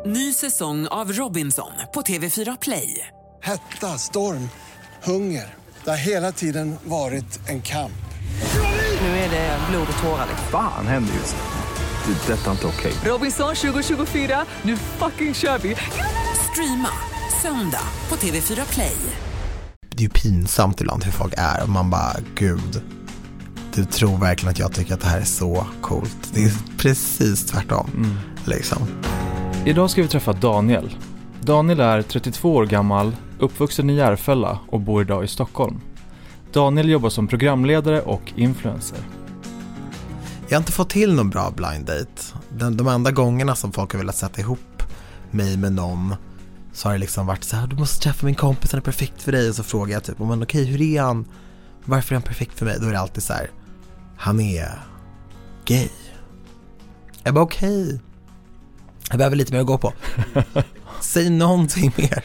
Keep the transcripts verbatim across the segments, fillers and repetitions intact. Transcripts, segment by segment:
Ny säsong av Robinson på T V fyra Play. Hetta, storm, hunger. Det har hela tiden varit en kamp. Nu är det blod och tårar. Fan händer just det. Det är detta inte okej. Robinson tjugo tjugofyra, nu fucking kör vi. Streama söndag på T V fyra Play. Det är ju pinsamt ibland hur folk är. Och man bara, gud, du tror verkligen att jag tycker att det här är så coolt. Det är precis tvärtom. Mm. Liksom. Idag ska vi träffa Daniel. Daniel är trettiotvå år gammal, uppvuxen i Järfälla och bor idag i Stockholm. Daniel jobbar som programledare och influencer. Jag har inte fått till någon bra blind date. De, de enda gångerna som folk har velat sätta ihop mig med någon, så har det liksom varit så här: du måste träffa min kompis, han är perfekt för dig. Och så frågar jag typ, men okej, hur är han? Varför är han perfekt för mig? Då är det alltid så här: han är gay. Jag bara, okej, okay. Jag behöver lite mer att gå på. Säg någonting mer.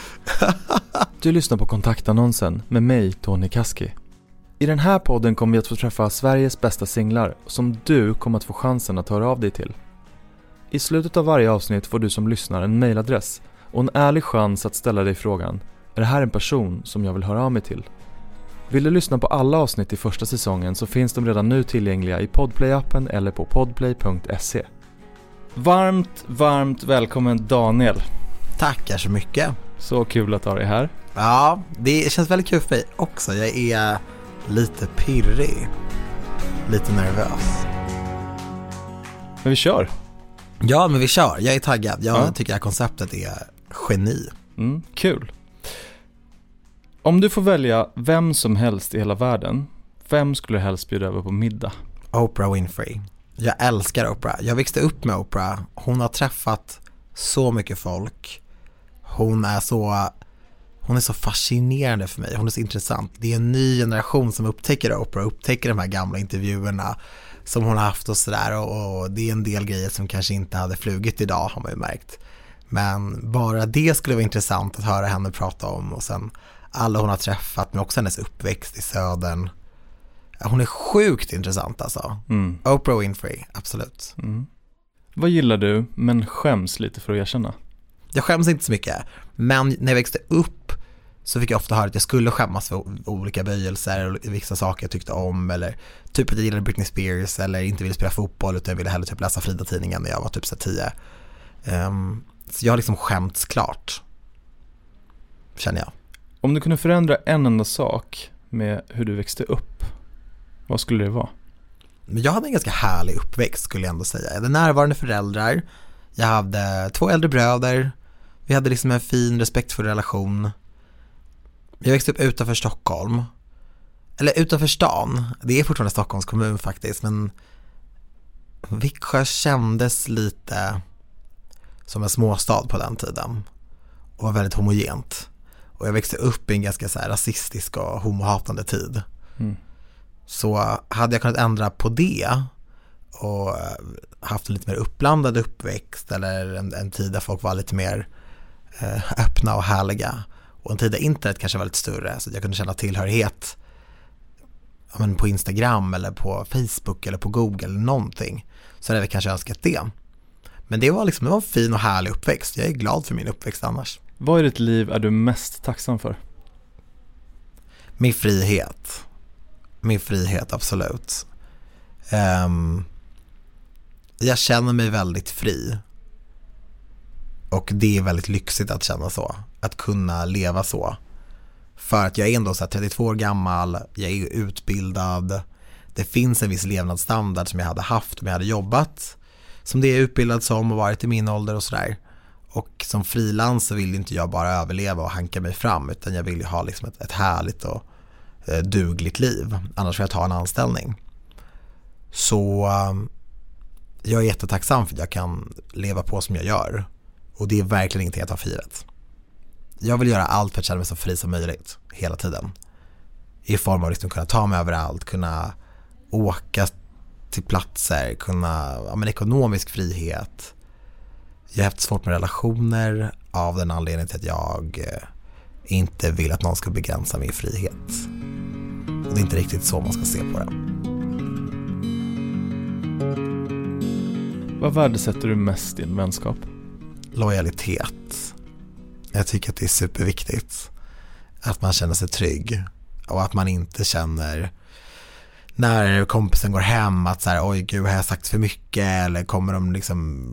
Du lyssnar på kontaktannonsen med mig, Tony Kaski. I den här podden kommer vi att få träffa Sveriges bästa singlar som du kommer att få chansen att höra av dig till. I slutet av varje avsnitt får du som lyssnar en mailadress och en ärlig chans att ställa dig frågan: är det här en person som jag vill höra av mig till? Vill du lyssna på alla avsnitt i första säsongen så finns de redan nu tillgängliga i Podplay-appen eller på podplay punkt se. Varmt, varmt välkommen Daniel. Tackar så mycket. Så kul att ha dig här. Ja, det känns väldigt kul för mig också. Jag är lite pirrig, lite nervös. Men vi kör. Ja, men vi kör. Jag är taggad. Jag ja. tycker att konceptet är geni. Mm, kul. Om du får välja vem som helst i hela världen, vem skulle du helst bjuda över på middag? Oprah Winfrey. Jag älskar Oprah. Jag växte upp med Oprah. Hon har träffat så mycket folk. Hon är så hon är så fascinerande för mig. Hon är så intressant. Det är en ny generation som upptäcker Oprah, upptäcker de här gamla intervjuerna som hon har haft och sådär. Och, och det är en del grejer som kanske inte hade flugit idag, har man ju märkt. Men bara det skulle vara intressant att höra henne prata om. Och sen alla hon har träffat, men också hennes uppväxt i södern. Hon är sjukt intressant alltså. Mm. Oprah Winfrey, absolut. Mm. Vad gillar du, men skäms lite för att erkänna? Jag skäms inte så mycket. Men när jag växte upp så fick jag ofta höra att jag skulle skämmas för olika böjelser och vissa saker jag tyckte om. Eller typ att jag gillade Britney Spears eller inte ville spela fotboll, utan jag ville hellre typ läsa Frida-tidningen när jag var typ så tio. Um, så jag har liksom skämts klart, känner jag. Om du kunde förändra en enda sak med hur du växte upp, vad skulle det vara? Men jag hade en ganska härlig uppväxt, skulle jag ändå säga. Jag hade närvarande föräldrar. Jag hade två äldre bröder. Vi hade liksom en fin, respektfull relation. Jag växte upp utanför Stockholm. Eller utanför stan. Det är fortfarande Stockholms kommun faktiskt. Men Viksjö kändes lite som en småstad på den tiden. Och var väldigt homogent. Och jag växte upp i en ganska så här rasistisk och homohatande tid. Mm. Så hade jag kunnat ändra på det och haft en lite mer uppblandad uppväxt, eller en, en tid där folk var lite mer eh, öppna och härliga, och en tid där internet kanske var lite större, så att jag kunde känna tillhörighet, ja, men på Instagram eller på Facebook eller på Google eller någonting, så hade jag kanske önskat det. Men det var liksom det var en fin och härlig uppväxt. Jag är glad för min uppväxt annars. Vad i ditt liv är du mest tacksam för? Min frihet. Min frihet, absolut. Um, jag känner mig väldigt fri. Och det är väldigt lyxigt att känna så. Att kunna leva så. För att jag är ändå så här trettiotvå år gammal. Jag är utbildad. Det finns en viss levnadsstandard som jag hade haft om jag hade jobbat som det är utbildad som och varit i min ålder och sådär. Och som frilans så vill inte jag bara överleva och hanka mig fram, utan jag vill ju ha liksom ett, ett härligt och eh, dugligt liv. Annars får jag ta en anställning. Så um, jag är jättetacksam för att jag kan leva på som jag gör. Och det är verkligen ingenting jag tar för givet. Jag vill göra allt för att känna mig så fri som möjligt hela tiden. I form av liksom kunna ta mig överallt, kunna åka till platser, kunna, ja, men ekonomisk frihet. Jag har haft svårt med relationer av den anledningen till att jag eh, inte vill att någon ska begränsa min frihet. Och det är inte riktigt så man ska se på det. Vad värdesätter du mest i en vänskap? lojalitet. Jag tycker att det är superviktigt att man känner sig trygg och att man inte känner när kompisen går hem att så här, oj gud, har jag sagt för mycket eller kommer de liksom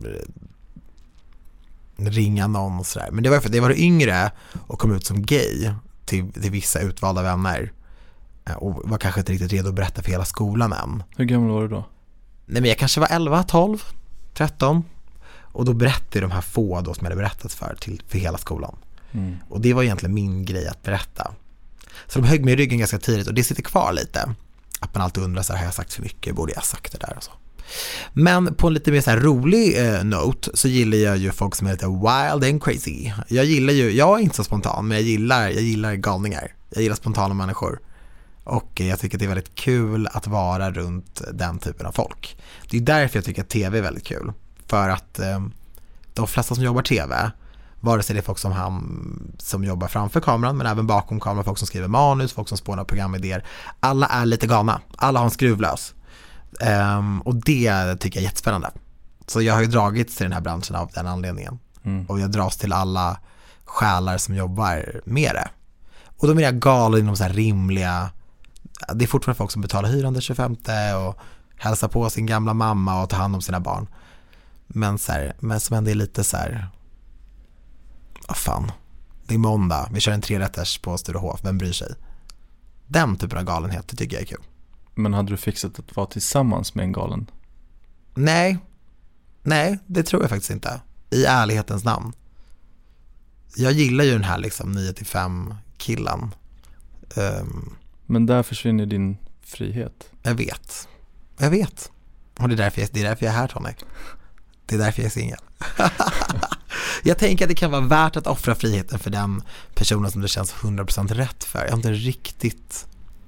ringa någon och sådär. Men det var för att det var yngre och kom ut som gay till, till vissa utvalda vänner och var kanske inte riktigt redo att berätta för hela skolan än. Hur gammal var du då? Nej, men jag kanske var elva, tolv, tretton och då berättade de här få då som jag hade berättat för till för hela skolan. Mm. Och det var egentligen min grej att berätta. Så de högg mig i ryggen ganska tidigt och det sitter kvar lite. Att man alltid undrar så här, har jag sagt för mycket? Borde jag ha sagt det där och så? Men på en lite mer så här rolig eh, note så gillar jag ju folk som är lite wild and crazy. Jag gillar ju, jag är inte så spontan, men jag gillar, jag gillar galningar. Jag gillar spontana människor. Och jag tycker att det är väldigt kul att vara runt den typen av folk. Det är därför jag tycker att tv är väldigt kul. För att eh, de flesta som jobbar tv, vare sig det är folk som, han, som jobbar framför kameran men även bakom kameran, folk som skriver manus, folk som spånar programidéer. Alla är lite galna. Alla har en skruvlös. Um, och det tycker jag är jättespännande. Så jag har ju dragits till den här branschen av den anledningen. Mm. Och jag dras till alla själar som jobbar med det. Och då är jag galen inom så här rimliga. Det är fortfarande folk som betalar hyran den tjugofemte och hälsar på sin gamla mamma och tar hand om sina barn. Men, så här, men som ändå är lite så här. Vad fan, det är måndag, vi kör en trerätters på Sturehof, vem bryr sig? Den typen av galenhet, det tycker jag är kul. Men hade du fixat att vara tillsammans med en galen? Nej, nej, det tror jag faktiskt inte. I ärlighetens namn. Jag gillar ju den här liksom nio till fem killen. Um, Men där försvinner din frihet. Jag vet, jag vet. Och det är därför jag, det är därför jag är här, Tony. Det är därför jag är singel. Jag tänker att det kan vara värt att offra friheten för den personen som det känns hundra procent rätt för. Jag har inte riktigt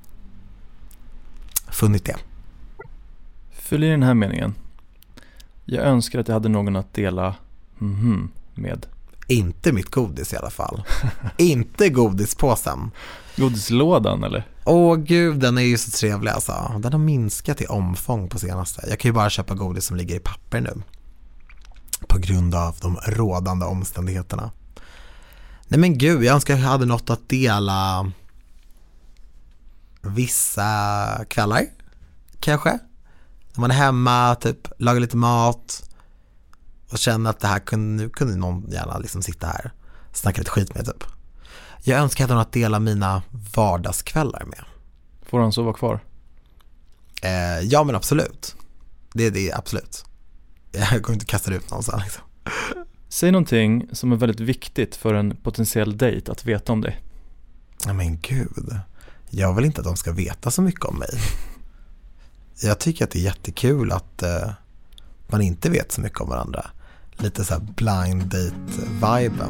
funnit det. Fyll i den här meningen. Jag önskar att jag hade någon att dela mm-hmm med. Inte mitt godis i alla fall. Inte godispåsen. Godislådan eller? Åh gud, den är ju så trevlig alltså. Den har minskat i omfång på senaste. Jag kan ju bara köpa godis som ligger i papper nu. På grund av de rådande omständigheterna. Nej men gud, jag önskar att jag hade något att dela vissa kvällar. Kanske. När man är hemma, typ lagar lite mat och känner att det här kunde, nu kunde någon gärna liksom sitta här och snacka lite skit med typ. Jag önskar att jag hade något att dela mina vardagskvällar med. Får han sova kvar? Eh, ja men absolut. Det är det absolut. Jag går inte att kasta ut någonstans liksom. Säg någonting som är väldigt viktigt för en potentiell dejt att veta om dig. Ja men gud. Jag vill inte att de ska veta så mycket om mig. Jag tycker att det är jättekul att uh, man inte vet så mycket om varandra. Lite så här blind date-viben.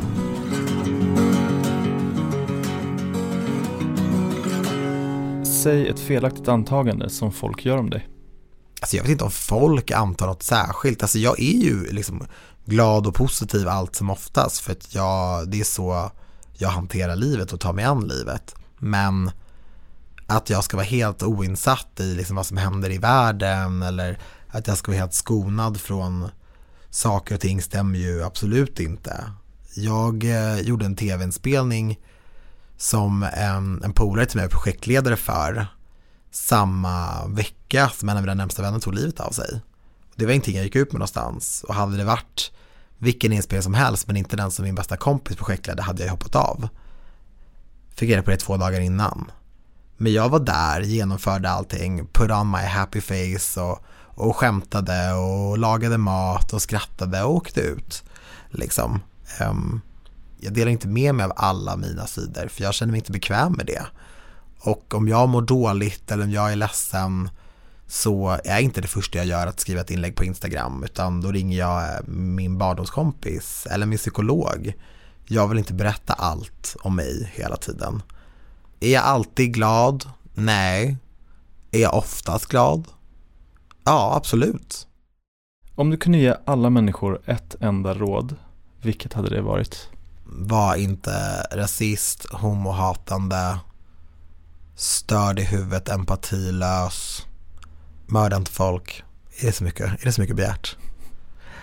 Säg ett felaktigt antagande som folk gör om dig. Alltså jag vet inte om folk antar något särskilt. Alltså jag är ju liksom glad och positiv allt som oftast. För att jag, det är så jag hanterar livet och tar mig an livet. Men att jag ska vara helt oinsatt i liksom vad som händer i världen. Eller att jag ska vara helt skonad från saker och ting stämmer ju absolut inte. Jag eh, gjorde en tv-inspelning som en, en polare till mig projektledare för. Samma vecka som en av mina närmsta vänner tog livet av sig. Det var ingenting jag gick ut med någonstans. Och hade det varit vilken inspelning som helst, men inte den som min bästa kompis projektledde, hade jag hoppat av. Fick reda på det två dagar innan. Men jag var där, genomförde allting, put on my happy face och, och skämtade och lagade mat och skrattade och åkte ut. Liksom. Um, jag delar inte med mig av alla mina sidor, för jag känner mig inte bekväm med det. Och om jag mår dåligt eller om jag är ledsen, så är inte det första jag gör att skriva ett inlägg på Instagram, utan då ringer jag min barndomskompis eller min psykolog. Jag vill inte berätta allt om mig hela tiden. Är jag alltid glad? Nej. Är jag oftast glad? Ja, absolut. Om du kunde ge alla människor ett enda råd, vilket hade det varit? Var inte rasist, homohatande, störd i huvudet, empatilös, mörda inte folk. Är det så mycket, är det så mycket begärt?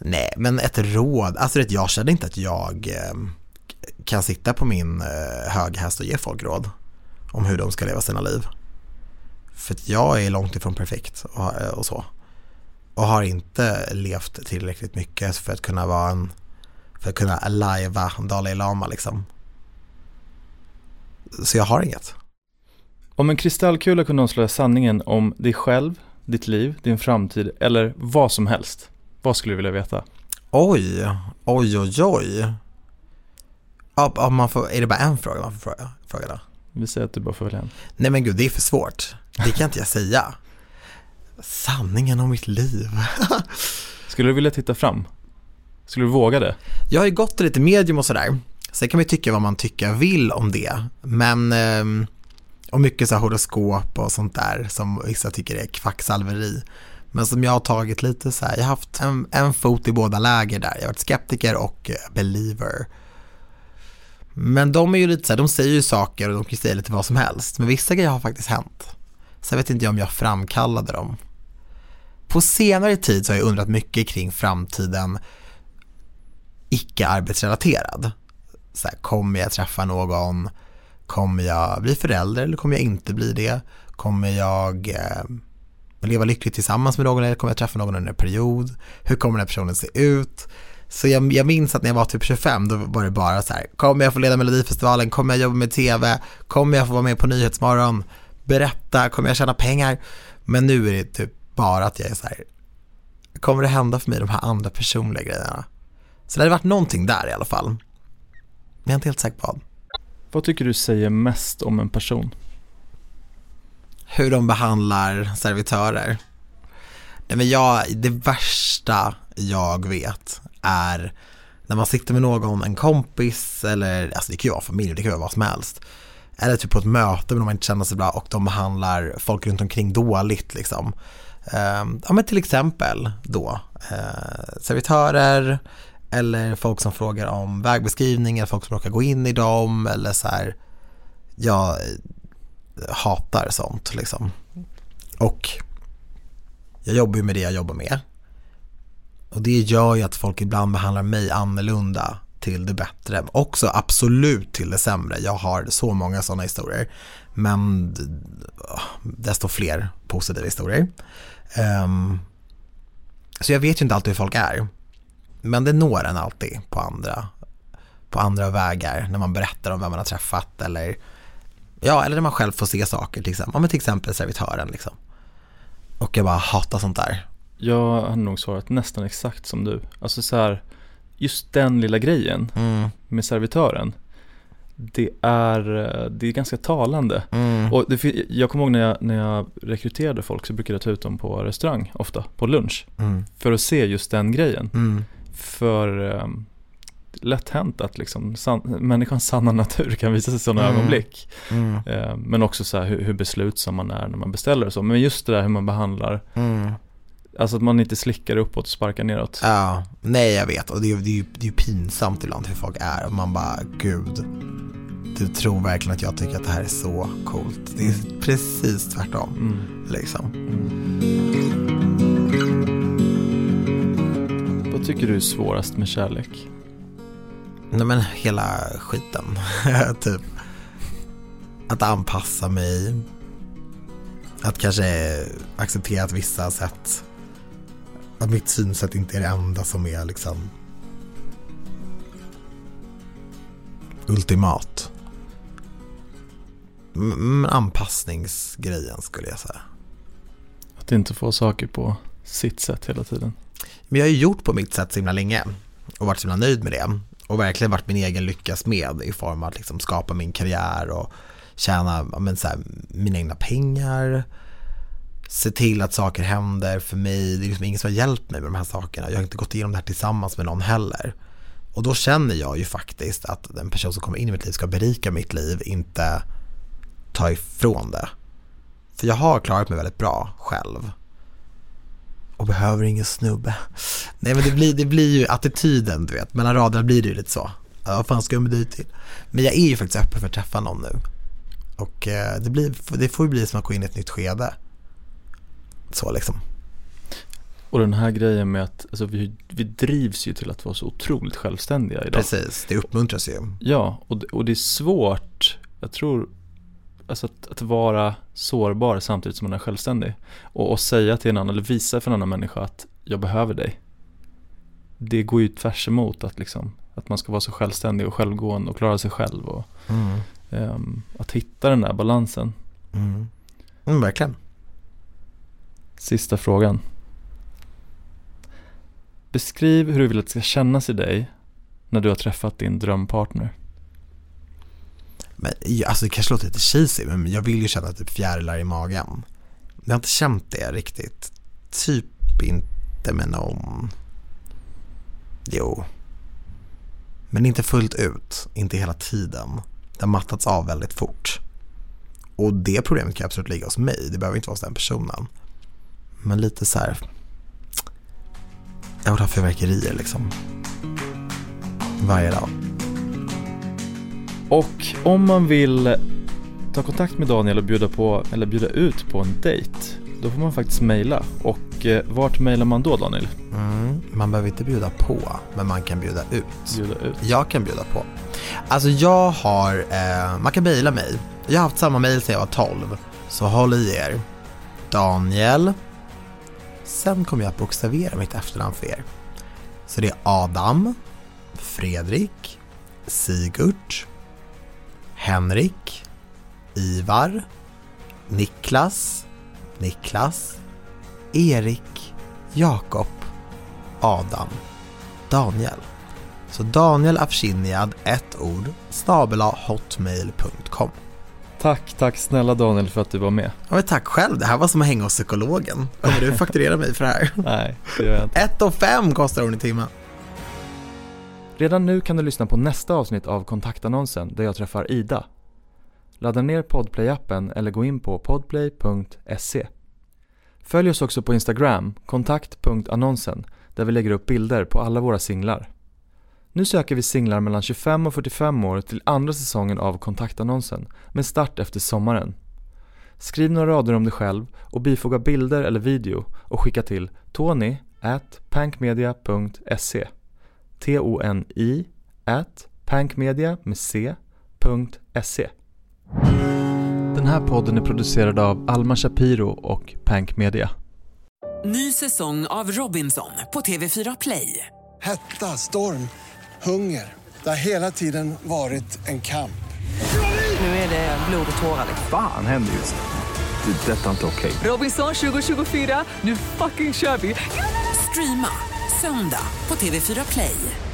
Nej, men ett råd. Alltså det, jag känner inte att jag eh, kan sitta på min eh, höghäst och ge folk råd om hur de ska leva sina liv. För att jag är långt ifrån perfekt och, och så. Och har inte levt tillräckligt mycket för att kunna vara en för att kunna lajva Dalai Lama liksom. Så jag har inget. Om en kristallkula kunde avslöja sanningen om dig själv, ditt liv, din framtid eller vad som helst, vad skulle du vilja veta? Oj, oj, oj, oj. Ja, ja, man får, är det bara en fråga man får fråga, fråga då? Vi säger att du bara får välja en. Nej men gud, det är för svårt. Det kan inte jag säga. Sanningen om mitt liv. Skulle du vilja titta fram? Skulle du våga det? Jag har ju gått lite medium och sådär. Sen kan man ju tycka vad man tycker vill om det. Men eh, och mycket så här horoskop och sånt där som vissa tycker är kvacksalveri. Men som jag har tagit lite så här, jag har haft en, en fot i båda läger där. Jag har varit skeptiker och believer. Men de är ju lite så här, de säger ju saker och de kan säga lite vad som helst. Men vissa grejer har faktiskt hänt. Så jag vet inte om jag framkallade dem. På senare tid så har jag undrat mycket kring framtiden icke-arbetsrelaterad. Så här, kommer jag träffa någon? Kommer jag bli förälder eller kommer jag inte bli det? Kommer jag eh, leva lyckligt tillsammans med någon eller kommer jag träffa någon under en period? Hur kommer den här personen se ut? Så jag, jag minns att när jag var typ tjugofem då var det bara så här, kommer jag få leda Melodifestivalen? Kommer jag jobba med tv? Kommer jag få vara med på Nyhetsmorgon? Berätta, kommer jag tjäna pengar? Men nu är det typ bara att jag är så här, kommer det hända för mig de här andra personliga grejerna? Så det hade varit någonting där i alla fall. Men jag är inte helt säker på vad. Vad tycker du säger mest om en person? Hur de behandlar servitörer. Nej, men jag, det värsta jag vet är när man sitter med någon, en kompis eller, alltså det kan ju vara familj, det kan ju vara vad som helst. Eller typ på ett möte men de inte känner sig bra och de behandlar folk runt omkring dåligt liksom. Um, ja men till exempel då uh, servitörer eller folk som frågar om vägbeskrivningar, folk som råkar gå in i dem eller så här. Jag hatar sånt liksom. Och jag jobbar ju med det jag jobbar med. Och det gör ju att folk ibland behandlar mig annorlunda till det bättre. Också absolut till det sämre. Jag har så många sådana historier. Men desto fler positiva historier. Um, så jag vet ju inte alltid hur folk är. Men det når en alltid på andra, på andra vägar. När man berättar om vem man har träffat. Eller, ja, eller när man själv får se saker. Till exempel, ja, men till exempel servitören. Liksom. Och jag bara hatar sånt där. Jag har nog svarat nästan exakt som du. Alltså så här, just den lilla grejen mm. med servitören, det är, det är ganska talande. Mm. Och det, jag kommer ihåg när jag, när jag rekryterade folk så brukade jag ta ut dem på restaurang ofta, på lunch. Mm. För att se just den grejen. Mm. För um, lätt hänt att liksom, san, människans sanna natur kan visa sig i sådana mm. ögonblick. Mm. Uh, men också så här, hur, hur beslutsam man är när man beställer och så. Men just det där hur man behandlar... Mm. Alltså att man inte slickar uppåt och sparkar neråt. Ja, nej jag vet. Och det är, det är, ju, det är ju pinsamt ibland hur folk är. Och man bara, gud, du tror verkligen att jag tycker att det här är så coolt. Det är precis tvärtom. Mm. Liksom. Mm. Vad tycker du är svårast med kärlek? Nej men hela skiten. Typ. Att anpassa mig. Att kanske acceptera att vissa sätt, att mitt synsätt inte är det enda som är liksom ultimat. Men anpassningsgrejen skulle jag säga. Att inte få saker på sitt sätt hela tiden. Men jag har ju gjort på mitt sätt så himla länge och varit så himla nöjd med det. Och verkligen varit min egen lyckas med i form av att liksom skapa min karriär och tjäna men så här, mina egna pengar, se till att saker händer för mig. Det är liksom ingen som har hjälpt mig med de här sakerna. Jag har inte gått igenom det här tillsammans med någon heller. Och då känner jag ju faktiskt att den person som kommer in i mitt liv ska berika mitt liv, inte ta ifrån det. För jag har klarat mig väldigt bra själv. Och behöver ingen snubbe. Nej men det blir, det blir ju attityden, du vet. Mellan raderna blir det ju lite så. Ja, vad fan ska jag med dig till? Men jag är ju faktiskt öppen för att träffa någon nu. Och eh, det, blir, det får ju bli som att gå in i ett nytt skede. Så liksom. Och den här grejen med att alltså, vi, vi drivs ju till att vara så otroligt självständiga idag. Precis, det uppmuntras ju. Ja, och det, och det är svårt, jag tror, alltså att, att vara sårbar samtidigt som man är självständig. Och, och säga till en annan, eller visa för en annan människa att jag behöver dig. Det går ju tvärs emot att, liksom, att man ska vara så självständig och självgående och klara sig själv. Och, Mm. um, att hitta den där balansen. Mm. Mm, verkligen. Sista frågan. Beskriv hur du vill att det ska kännas i dig när du har träffat din drömpartner. Men, alltså det kanske låter lite cheesy, men jag vill ju känna typ fjärilar i magen. Jag har inte känt det riktigt. Typ inte med någon. Jo. Men inte fullt ut. Inte hela tiden. Det har mattats av väldigt fort. Och det problemet kan absolut ligga hos mig. Det behöver inte vara hos den personen. Men lite så här. Jag vill ha fyrverkerier liksom. Varje dag. Och om man vill ta kontakt med Daniel och bjuda på eller bjuda ut på en dejt, då får man faktiskt mejla. Och eh, vart mejlar man då, Daniel? Mm, man behöver inte bjuda på, men man kan bjuda ut. Bjuda ut. Jag kan bjuda på. Alltså jag har, eh, man kan mejla mig. Jag har haft samma mejl sedan jag var tolv. Så håll i er. Daniel. Sen kommer jag att bokstavera mitt efternamn för er. Så det är Adam, Fredrik, Sigurd, Henrik, Ivar, Niklas, Niklas, Erik, Jakob, Adam, Daniel. Så Daniel Afshiniad, ett ord, snabel-a hotmail punkt com. Tack, tack snälla Daniel för att du var med. Ja, men tack själv, det här var som att hänga hos psykologen. Kommer du fakturera mig för det här? Nej, det gör jag inte. ett och fem kostar hon i timmen. Redan nu kan du lyssna på nästa avsnitt av kontaktannonsen där jag träffar Ida. Ladda ner Podplay-appen eller gå in på podplay punkt se. Följ oss också på Instagram, kontakt punkt annonsen, där vi lägger upp bilder på alla våra singlar. Nu söker vi singlar mellan tjugofem och fyrtiofem år till andra säsongen av kontaktannonsen med start efter sommaren. Skriv några rader om dig själv och bifoga bilder eller video och skicka till tony at pankmedia punkt se. T-O-N-I at pankmedia med c punkt se. Den här podden är producerad av Alma Shapiro och Pank Media. Ny säsong av Robinson på T V fyra Play. Hetta, storm, hunger. Det har hela tiden varit en kamp. Nu är det blod och tårar. Fan händer just det. Det är detta inte okej. Robinson tjugo tjugofyra, nu fucking kör vi. Streama söndag på T V fyra Play.